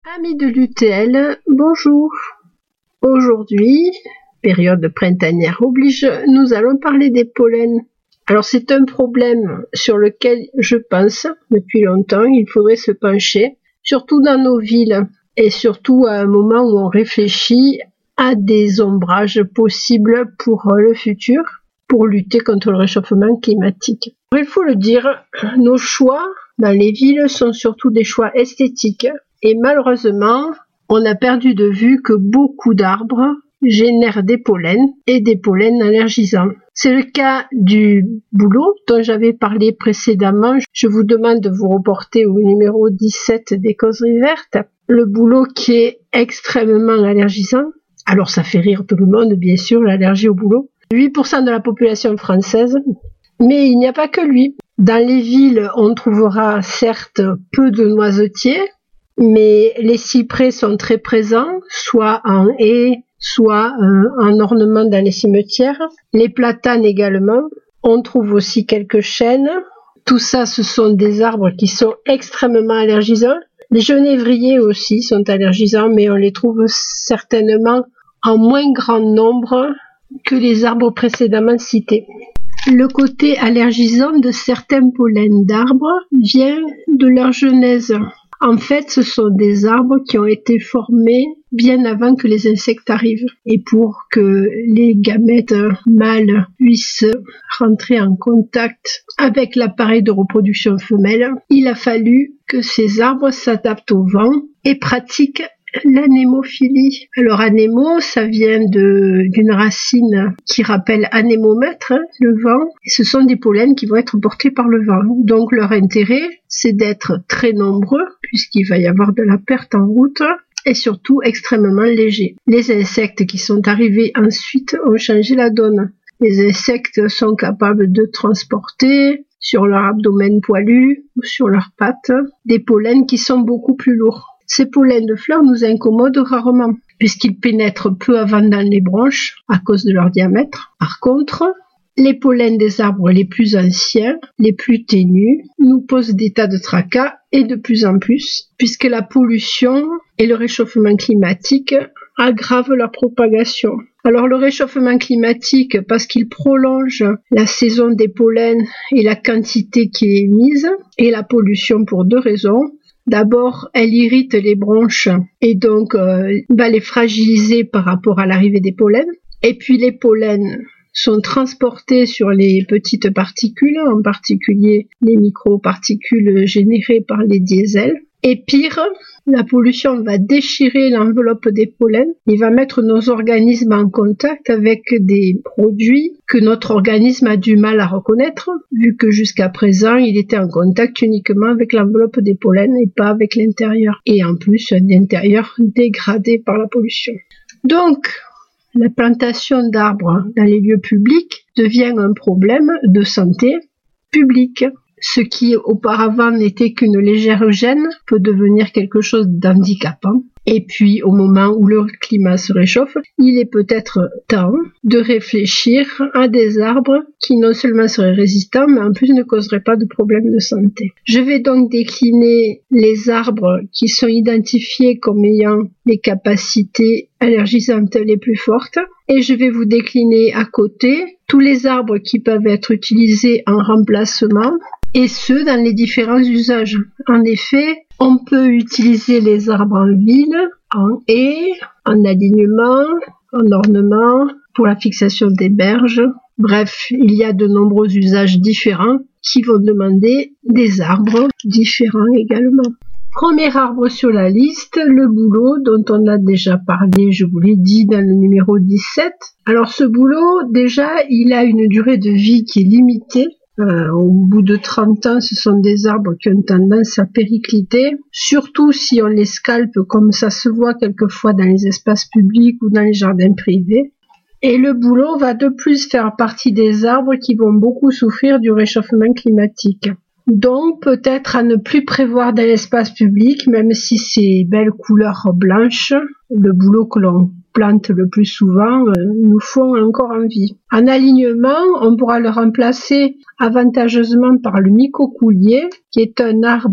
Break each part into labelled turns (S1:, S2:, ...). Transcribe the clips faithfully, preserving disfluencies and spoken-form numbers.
S1: Amis de l'U T L, bonjour. Aujourd'hui, période printanière oblige, nous allons parler des pollens. Alors c'est un problème sur lequel je pense depuis longtemps, il faudrait se pencher, surtout dans nos villes et surtout à un moment où on réfléchit à des ombrages possibles pour le futur, pour lutter contre le réchauffement climatique. Alors, il faut le dire, nos choix dans les villes sont surtout des choix esthétiques. Et malheureusement, on a perdu de vue que beaucoup d'arbres génèrent des pollens et des pollens allergisants. C'est le cas du bouleau dont j'avais parlé précédemment. Je vous demande de vous reporter au numéro dix-sept des causeries vertes. Le bouleau qui est extrêmement allergisant. Alors ça fait rire tout le monde, bien sûr, l'allergie au bouleau. huit pour cent de la population française. Mais il n'y a pas que lui. Dans les villes, on trouvera certes peu de noisetiers, mais les cyprès sont très présents, soit en haies, soit euh, en ornement dans les cimetières. Les platanes également. On trouve aussi quelques chênes. Tout ça, ce sont des arbres qui sont extrêmement allergisants. Les genévriers aussi sont allergisants, mais on les trouve certainement en moins grand nombre que les arbres précédemment cités. Le côté allergisant de certains pollens d'arbres vient de leur genèse. En fait, ce sont des arbres qui ont été formés bien avant que les insectes arrivent. Et pour que les gamètes mâles puissent rentrer en contact avec l'appareil de reproduction femelle, il a fallu que ces arbres s'adaptent au vent et pratiquent l'anémophilie. Alors anémo, ça vient de, d'une racine qui rappelle anémomètre, hein, le vent. Et ce sont des pollens qui vont être portés par le vent. Donc leur intérêt, c'est d'être très nombreux, puisqu'il va y avoir de la perte en route, et surtout extrêmement légers. Les insectes qui sont arrivés ensuite ont changé la donne. Les insectes sont capables de transporter sur leur abdomen poilu ou sur leurs pattes des pollens qui sont beaucoup plus lourds. Ces pollens de fleurs nous incommodent rarement, puisqu'ils pénètrent peu avant dans les branches à cause de leur diamètre. Par contre, les pollens des arbres les plus anciens, les plus ténus, nous posent des tas de tracas et de plus en plus, puisque la pollution et le réchauffement climatique aggravent leur propagation. Alors le réchauffement climatique, parce qu'il prolonge la saison des pollens et la quantité qui est émise, et la pollution pour deux raisons. D'abord, elle irrite les bronches et donc euh, va les fragiliser par rapport à l'arrivée des pollens. Et puis les pollens sont transportés sur les petites particules, en particulier les microparticules générées par les diesels. Et pire, la pollution va déchirer l'enveloppe des pollens. Il va mettre nos organismes en contact avec des produits que notre organisme a du mal à reconnaître, vu que jusqu'à présent, il était en contact uniquement avec l'enveloppe des pollens et pas avec l'intérieur. Et en plus, un intérieur dégradé par la pollution. Donc, la plantation d'arbres dans les lieux publics devient un problème de santé publique. Ce qui auparavant n'était qu'une légère gêne peut devenir quelque chose d'handicapant. Et puis, au moment où le climat se réchauffe, il est peut-être temps de réfléchir à des arbres qui non seulement seraient résistants, mais en plus ne causeraient pas de problèmes de santé. Je vais donc décliner les arbres qui sont identifiés comme ayant les capacités allergisantes les plus fortes. Et je vais vous décliner à côté tous les arbres qui peuvent être utilisés en remplacement, et ceux dans les différents usages. En effet, on peut utiliser les arbres en ville, en haies, en alignement, en ornement, pour la fixation des berges. Bref, il y a de nombreux usages différents qui vont demander des arbres différents également. Premier arbre sur la liste, le bouleau dont on a déjà parlé, je vous l'ai dit, dans le numéro dix-sept. Alors ce bouleau, déjà, il a une durée de vie qui est limitée. Euh, au bout de trente ans, ce sont des arbres qui ont tendance à péricliter, surtout si on les scalpe comme ça se voit quelquefois dans les espaces publics ou dans les jardins privés. Et le bouleau va de plus faire partie des arbres qui vont beaucoup souffrir du réchauffement climatique. Donc peut-être à ne plus prévoir dans l'espace public, même si ces belles couleurs blanches, le bouleau que l'on plante le plus souvent, euh, nous font encore envie. En alignement, on pourra le remplacer avantageusement par le micocoulier, qui est un arbre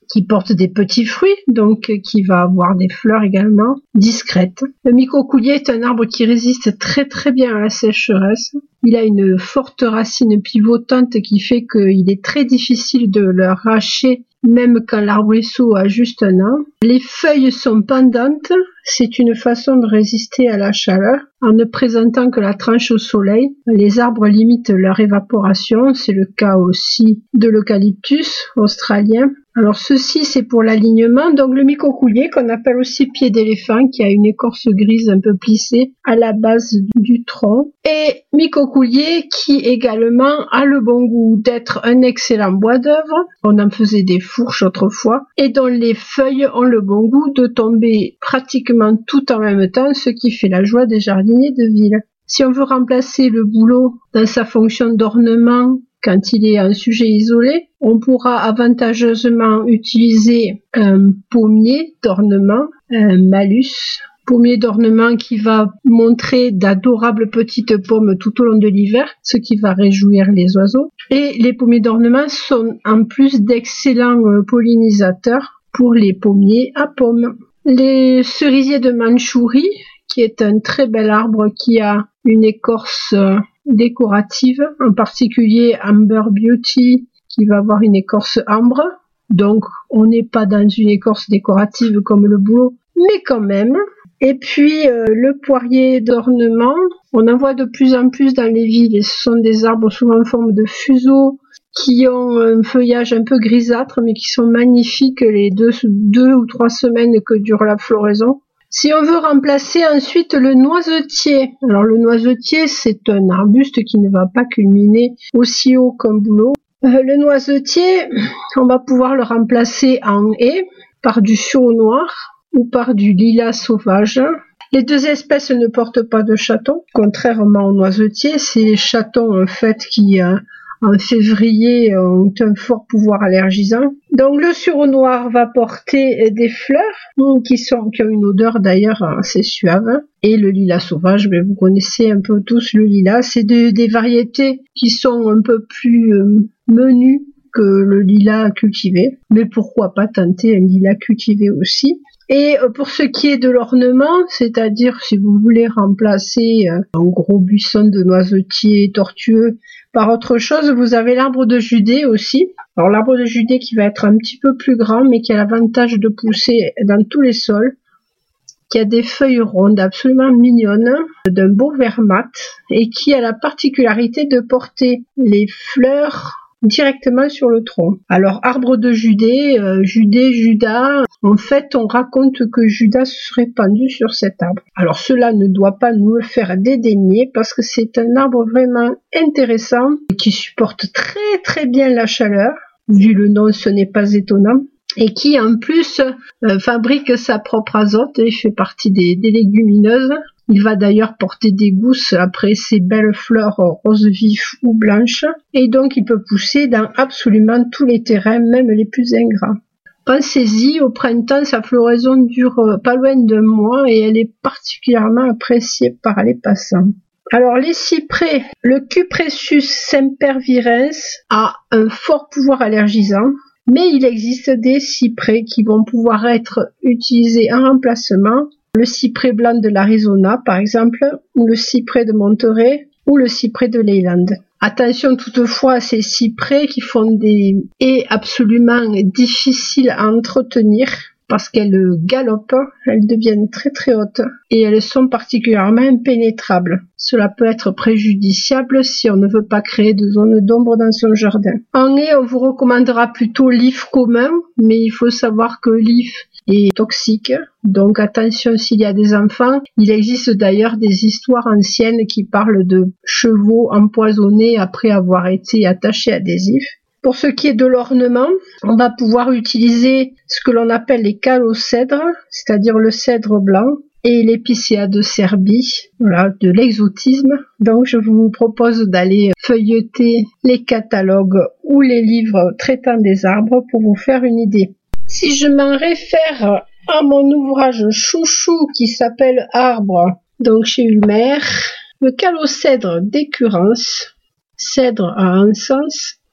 S1: qui porte des petits fruits, donc qui va avoir des fleurs également discrètes. Le micocoulier est un arbre qui résiste très très bien à la sécheresse. Il a une forte racine pivotante qui fait qu'il est très difficile de le arracher même quand l'arbrisseau a juste un an. Les feuilles sont pendantes, c'est une façon de résister à la chaleur. En ne présentant que la tranche au soleil, les arbres limitent leur évaporation, c'est le cas aussi de l'eucalyptus australien. Alors ceci c'est pour l'alignement, donc le micocoulier qu'on appelle aussi pied d'éléphant qui a une écorce grise un peu plissée à la base du tronc, et micocoulier qui également a le bon goût d'être un excellent bois d'œuvre, on en faisait des fourches autrefois, et dont les feuilles ont le bon goût de tomber pratiquement tout en même temps, ce qui fait la joie des jardiniers de ville. Si on veut remplacer le bouleau dans sa fonction d'ornement quand il est un sujet isolé, on pourra avantageusement utiliser un pommier d'ornement, un malus, pommier d'ornement qui va montrer d'adorables petites pommes tout au long de l'hiver, ce qui va réjouir les oiseaux. Et les pommiers d'ornement sont en plus d'excellents pollinisateurs pour les pommiers à pommes. Les cerisiers de Mandchourie, qui est un très bel arbre qui a une écorce décorative, en particulier Amber Beauty, qui va avoir une écorce ambre. Donc, on n'est pas dans une écorce décorative comme le bouleau, mais quand même. Et puis, euh, le poirier d'ornement, on en voit de plus en plus dans les villes, et ce sont des arbres souvent en forme de fuseau, qui ont un feuillage un peu grisâtre, mais qui sont magnifiques les deux, deux ou trois semaines que dure la floraison. Si on veut remplacer ensuite le noisetier, alors le noisetier c'est un arbuste qui ne va pas culminer aussi haut qu'un bouleau. Euh, le noisetier, on va pouvoir le remplacer en haie par du sureau noir ou par du lilas sauvage. Les deux espèces ne portent pas de chatons, contrairement au noisetier, c'est les chatons en fait qui euh, en février ont un fort pouvoir allergisant. Donc le sureau noir va porter des fleurs qui, sont, qui ont une odeur d'ailleurs assez suave. Et le lilas sauvage, mais vous connaissez un peu tous le lilas, c'est de, des variétés qui sont un peu plus euh, menues que le lilas cultivé. Mais pourquoi pas tenter un lilas cultivé aussi. Et pour ce qui est de l'ornement, c'est-à-dire si vous voulez remplacer un gros buisson de noisetier tortueux par autre chose, vous avez l'arbre de Judée aussi. Alors l'arbre de Judée qui va être un petit peu plus grand, mais qui a l'avantage de pousser dans tous les sols, qui a des feuilles rondes absolument mignonnes, d'un beau vert mat, et qui a la particularité de porter les fleurs directement sur le tronc. Alors arbre de Judée, euh, Judée, Judas, en fait on raconte que Judas serait pendu sur cet arbre. Alors cela ne doit pas nous le faire dédaigner parce que c'est un arbre vraiment intéressant qui supporte très très bien la chaleur. Vu le nom, ce n'est pas étonnant. Et qui en plus euh, fabrique sa propre azote et fait partie des, des légumineuses. Il va d'ailleurs porter des gousses après ses belles fleurs rose vif ou blanches. Et donc il peut pousser dans absolument tous les terrains, même les plus ingrats. Pensez-y, au printemps, sa floraison dure pas loin d'un mois et elle est particulièrement appréciée par les passants. Alors les cyprès, le Cupressus sempervirens a un fort pouvoir allergisant. Mais il existe des cyprès qui vont pouvoir être utilisés en remplacement. Le cyprès blanc de l'Arizona, par exemple, ou le cyprès de Monterey, ou le cyprès de Leyland. Attention toutefois à ces cyprès qui font des haies absolument difficiles à entretenir parce qu'elles galopent, elles deviennent très très hautes et elles sont particulièrement impénétrables. Cela peut être préjudiciable si on ne veut pas créer de zone d'ombre dans son jardin. En haie, on vous recommandera plutôt l'if commun, mais il faut savoir que l'if est toxique, donc attention s'il y a des enfants. Il existe d'ailleurs des histoires anciennes qui parlent de chevaux empoisonnés après avoir été attachés à des ifs. Pour ce qui est de l'ornement, on va pouvoir utiliser ce que l'on appelle les calocèdres, c'est-à-dire le cèdre blanc, et l'épicéa de Serbie, voilà, de l'exotisme. Donc je vous propose d'aller feuilleter les catalogues ou les livres traitant des arbres pour vous faire une idée. Si je m'en réfère à mon ouvrage chouchou qui s'appelle Arbres, donc chez Ulmer, le calocèdre d'écurrence, cèdre à encens,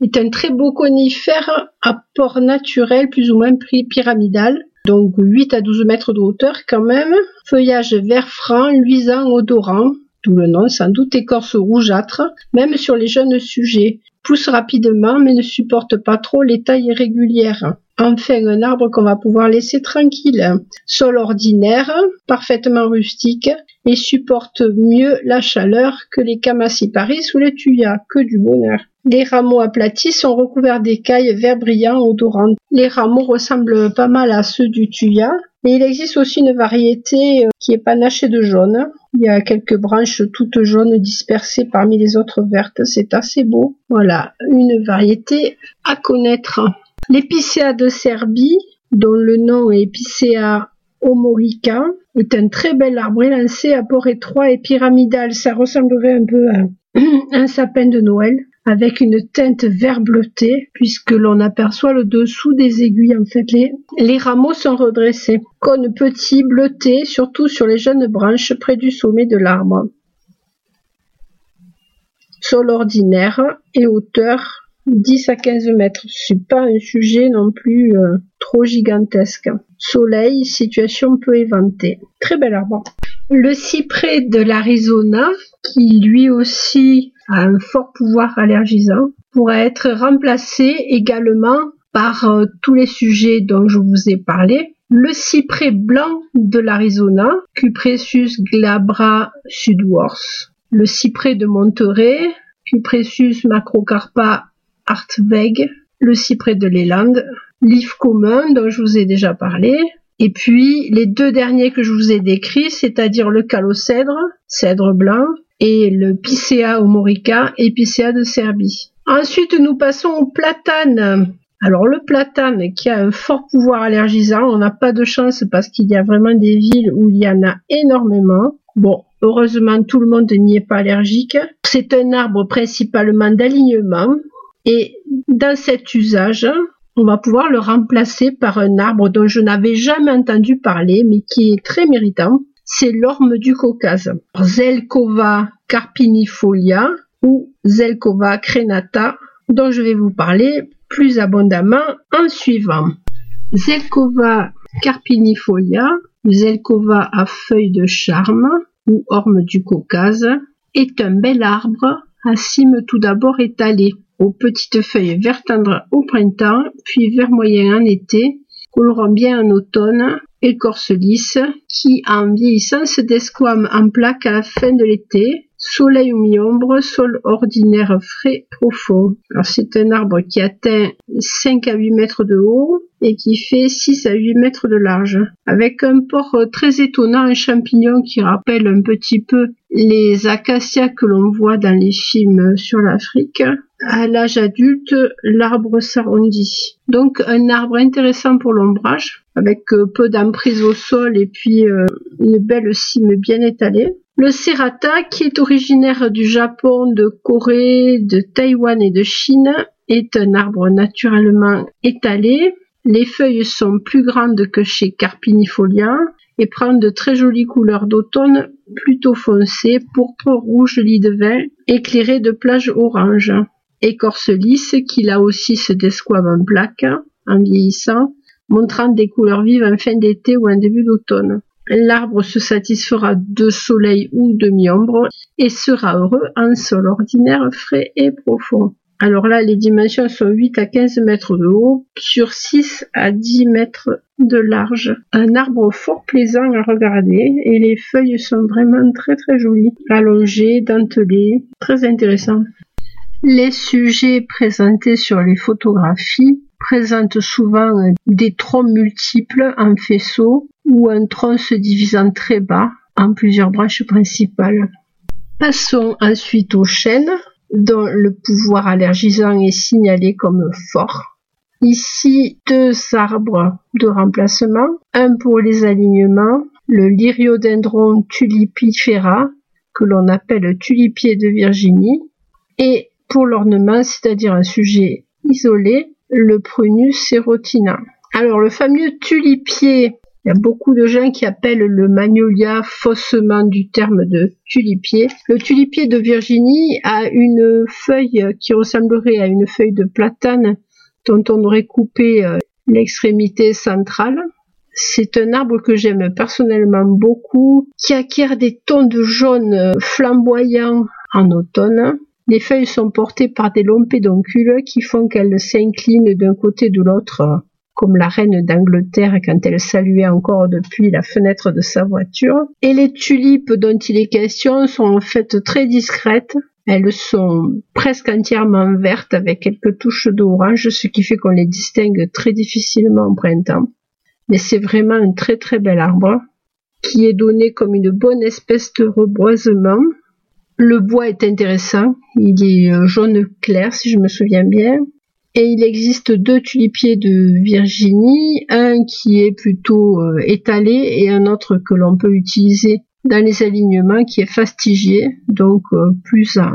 S1: est un très beau conifère à port naturel plus ou moins pyramidal, donc huit à douze mètres de hauteur quand même, feuillage vert franc, luisant, odorant, d'où le nom sans doute, écorce rougeâtre, même sur les jeunes sujets, pousse rapidement mais ne supporte pas trop les tailles irrégulières. Enfin, un arbre qu'on va pouvoir laisser tranquille. Sol ordinaire, parfaitement rustique et supporte mieux la chaleur que les Camassiparis ou les Thuyas, que du bonheur. Les rameaux aplatis sont recouverts d'écailles vert brillant odorantes. Les rameaux ressemblent pas mal à ceux du Thuya, mais il existe aussi une variété qui est panachée de jaune. Il y a quelques branches toutes jaunes dispersées parmi les autres vertes, c'est assez beau. Voilà, une variété à connaître. L'épicéa de Serbie, dont le nom est Epicea omorica, est un très bel arbre élancé à port étroit et pyramidal. Ça ressemblerait un peu à un sapin de Noël, avec une teinte vert bleuté, puisque l'on aperçoit le dessous des aiguilles. En fait, les, les rameaux sont redressés. Cône petit, bleuté, surtout sur les jeunes branches près du sommet de l'arbre. Sol ordinaire et hauteur dix à quinze mètres. C'est pas un sujet non plus euh, trop gigantesque. Soleil, situation peu éventée. Très bel arbre. Le cyprès de l'Arizona, qui lui aussi a un fort pouvoir allergisant, pourrait être remplacé également par euh, tous les sujets dont je vous ai parlé. Le cyprès blanc de l'Arizona, Cupressus glabra sudworth. Le cyprès de Monterey, Cupressus macrocarpa Hartweg, le cyprès de l'Élande, l'if commun dont je vous ai déjà parlé, et puis les deux derniers que je vous ai décrits, c'est-à-dire le calocèdre, cèdre blanc, et le Picea omorica, Epicéa de Serbie. Ensuite, nous passons au platane. Alors le platane qui a un fort pouvoir allergisant, on n'a pas de chance parce qu'il y a vraiment des villes où il y en a énormément. Bon, heureusement tout le monde n'y est pas allergique. C'est un arbre principalement d'alignement. Et dans cet usage, on va pouvoir le remplacer par un arbre dont je n'avais jamais entendu parler, mais qui est très méritant. C'est l'orme du Caucase, Zelkova carpinifolia ou Zelkova crenata, dont je vais vous parler plus abondamment en suivant. Zelkova carpinifolia, Zelkova à feuilles de charme ou orme du Caucase, est un bel arbre à cime tout d'abord étalée, aux petites feuilles vert tendre au printemps, puis vert moyen en été, colorant bien en automne, écorce lisse, qui en vieillissant se desquame en plaques à la fin de l'été, soleil ou mi-ombre, sol ordinaire frais profond. Alors c'est un arbre qui atteint cinq à huit mètres de haut et qui fait six à huit mètres de large, avec un port très étonnant, un champignon qui rappelle un petit peu les acacias que l'on voit dans les films sur l'Afrique. À l'âge adulte, l'arbre s'arrondit. Donc un arbre intéressant pour l'ombrage, avec peu d'emprise au sol et puis euh, une belle cime bien étalée. Le serrata, qui est originaire du Japon, de Corée, de Taïwan et de Chine, est un arbre naturellement étalé. Les feuilles sont plus grandes que chez Carpinifolia et prennent de très jolies couleurs d'automne plutôt foncées, pourpre, rouge, lit de vin, éclairées de plages orange. Écorce lisse qui là aussi se desquame en plaques en vieillissant, montrant des couleurs vives en fin d'été ou en début d'automne. L'arbre se satisfera de soleil ou de mi-ombre et sera heureux en sol ordinaire frais et profond. Alors là, les dimensions sont huit à quinze mètres de haut sur six à dix mètres de large. Un arbre fort plaisant à regarder et les feuilles sont vraiment très très jolies, allongées, dentelées, très intéressant. Les sujets présentés sur les photographies présentent souvent des troncs multiples en faisceau ou un tronc se divisant très bas en plusieurs branches principales. Passons ensuite aux chênes, dont le pouvoir allergisant est signalé comme fort. Ici, deux arbres de remplacement, un pour les alignements, le Lyriodendron tulipifera, que l'on appelle tulipier de Virginie, et pour l'ornement, c'est-à-dire un sujet isolé, le Prunus serotina. Alors le fameux tulipier Il y a beaucoup de gens qui appellent le magnolia faussement du terme de tulipier. Le tulipier de Virginie a une feuille qui ressemblerait à une feuille de platane dont on aurait coupé l'extrémité centrale. C'est un arbre que j'aime personnellement beaucoup, qui acquiert des tons de jaune flamboyants en automne. Les feuilles sont portées par des longs pédoncules qui font qu'elles s'inclinent d'un côté de l'autre, comme la reine d'Angleterre quand elle saluait encore depuis la fenêtre de sa voiture. Et les tulipes dont il est question sont en fait très discrètes. Elles sont presque entièrement vertes avec quelques touches d'orange, ce qui fait qu'on les distingue très difficilement au printemps. Mais c'est vraiment un très très bel arbre qui est donné comme une bonne espèce de reboisement. Le bois est intéressant, il est jaune clair si je me souviens bien. Et il existe deux tulipiers de Virginie, un qui est plutôt euh, étalé et un autre que l'on peut utiliser dans les alignements qui est fastigié, donc euh, plus en,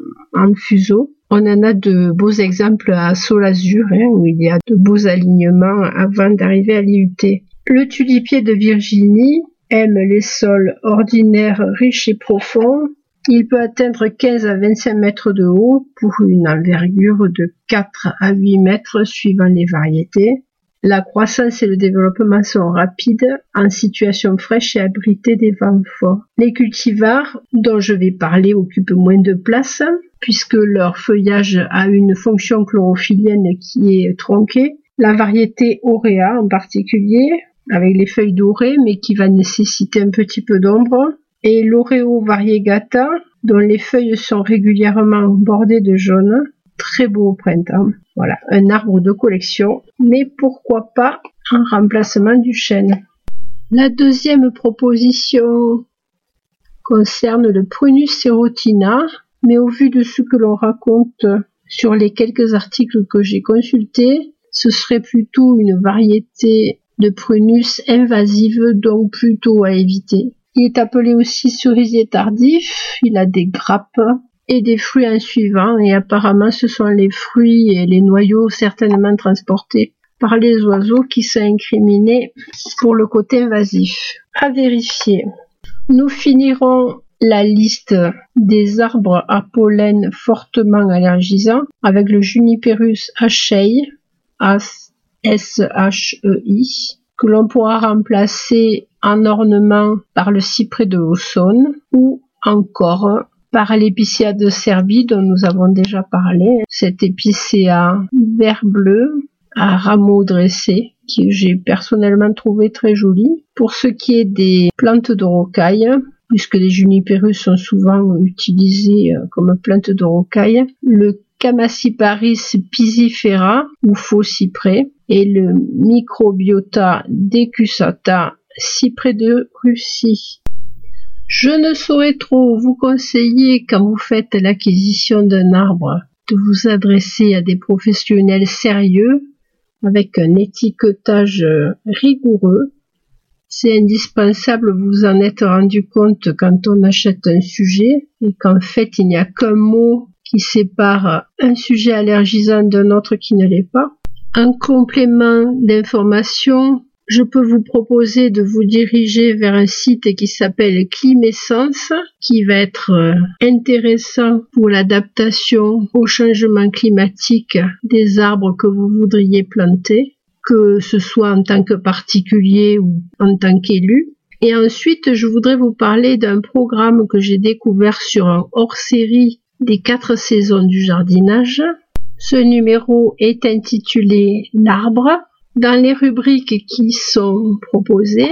S1: en fuseau. On en a de beaux exemples à Solazur, hein, où il y a de beaux alignements avant d'arriver à l'I U T. Le tulipier de Virginie aime les sols ordinaires, riches et profonds. Il peut atteindre quinze à vingt-cinq mètres de haut pour une envergure de quatre à huit mètres suivant les variétés. La croissance et le développement sont rapides en situation fraîche et abritée des vents forts. Les cultivars, dont je vais parler, occupent moins de place puisque leur feuillage a une fonction chlorophyllienne qui est tronquée. La variété Aurea en particulier, avec les feuilles dorées mais qui va nécessiter un petit peu d'ombre. Et l'Oreo variegata, dont les feuilles sont régulièrement bordées de jaune, très beau au printemps. Voilà, un arbre de collection, mais pourquoi pas en remplacement du chêne. La deuxième proposition concerne le Prunus serotina, mais au vu de ce que l'on raconte sur les quelques articles que j'ai consultés, ce serait plutôt une variété de Prunus invasive, donc plutôt à éviter. Il est appelé aussi cerisier tardif, il a des grappes et des fruits en suivant, et apparemment ce sont les fruits et les noyaux certainement transportés par les oiseaux qui sont incriminés pour le côté invasif. À vérifier. Nous finirons la liste des arbres à pollen fortement allergisants avec le Juniperus hachei, S H E I, que l'on pourra remplacer en ornement par le cyprès de Haute-Saône ou encore par l'épicéa de Serbie dont nous avons déjà parlé. Cet épicéa vert bleu à rameaux dressés que j'ai personnellement trouvé très joli. Pour ce qui est des plantes de rocaille, puisque les juniperus sont souvent utilisés comme plantes de rocaille, le Chamaecyparis pisifera ou faux cyprès et le Microbiota decussata cyprès de Russie. Je ne saurais trop vous conseiller quand vous faites l'acquisition d'un arbre de vous adresser à des professionnels sérieux avec un étiquetage rigoureux. C'est indispensable, vous vous en êtes rendu compte quand on achète un sujet et qu'en fait il n'y a qu'un mot qui sépare un sujet allergisant d'un autre qui ne l'est pas. En complément d'information, je peux vous proposer de vous diriger vers un site qui s'appelle Climessence, qui va être intéressant pour l'adaptation au changement climatique des arbres que vous voudriez planter, que ce soit en tant que particulier ou en tant qu'élu. Et ensuite, je voudrais vous parler d'un programme que j'ai découvert sur un hors-série des quatre saisons du jardinage. Ce numéro est intitulé L'arbre. Dans les rubriques qui sont proposées,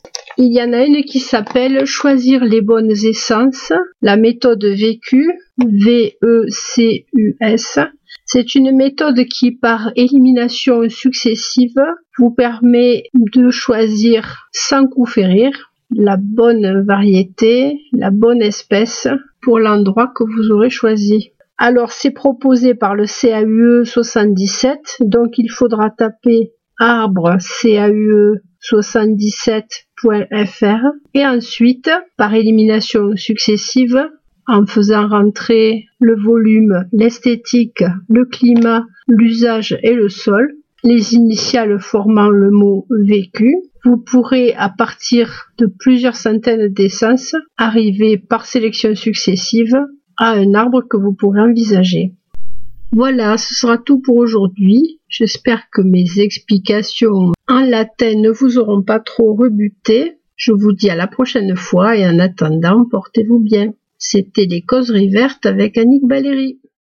S1: il y en a une qui s'appelle Choisir les bonnes essences, la méthode V Q, V E C U S. C'est une méthode qui, par élimination successive, vous permet de choisir sans coup férir la bonne variété, la bonne espèce pour l'endroit que vous aurez choisi. Alors, c'est proposé par le C A U E soixante-dix-sept, donc il faudra taper arbre C A U E soixante-dix-sept point F R et ensuite, par élimination successive, en faisant rentrer le volume, l'esthétique, le climat, l'usage et le sol, les initiales formant le mot vécu, vous pourrez, à partir de plusieurs centaines d'essences, arriver par sélection successive à un arbre que vous pourrez envisager. Voilà, ce sera tout pour aujourd'hui. J'espère que mes explications en latin ne vous auront pas trop rebuté. Je vous dis à la prochaine fois et en attendant, portez-vous bien. C'était les causeries vertes avec Annick Valéry.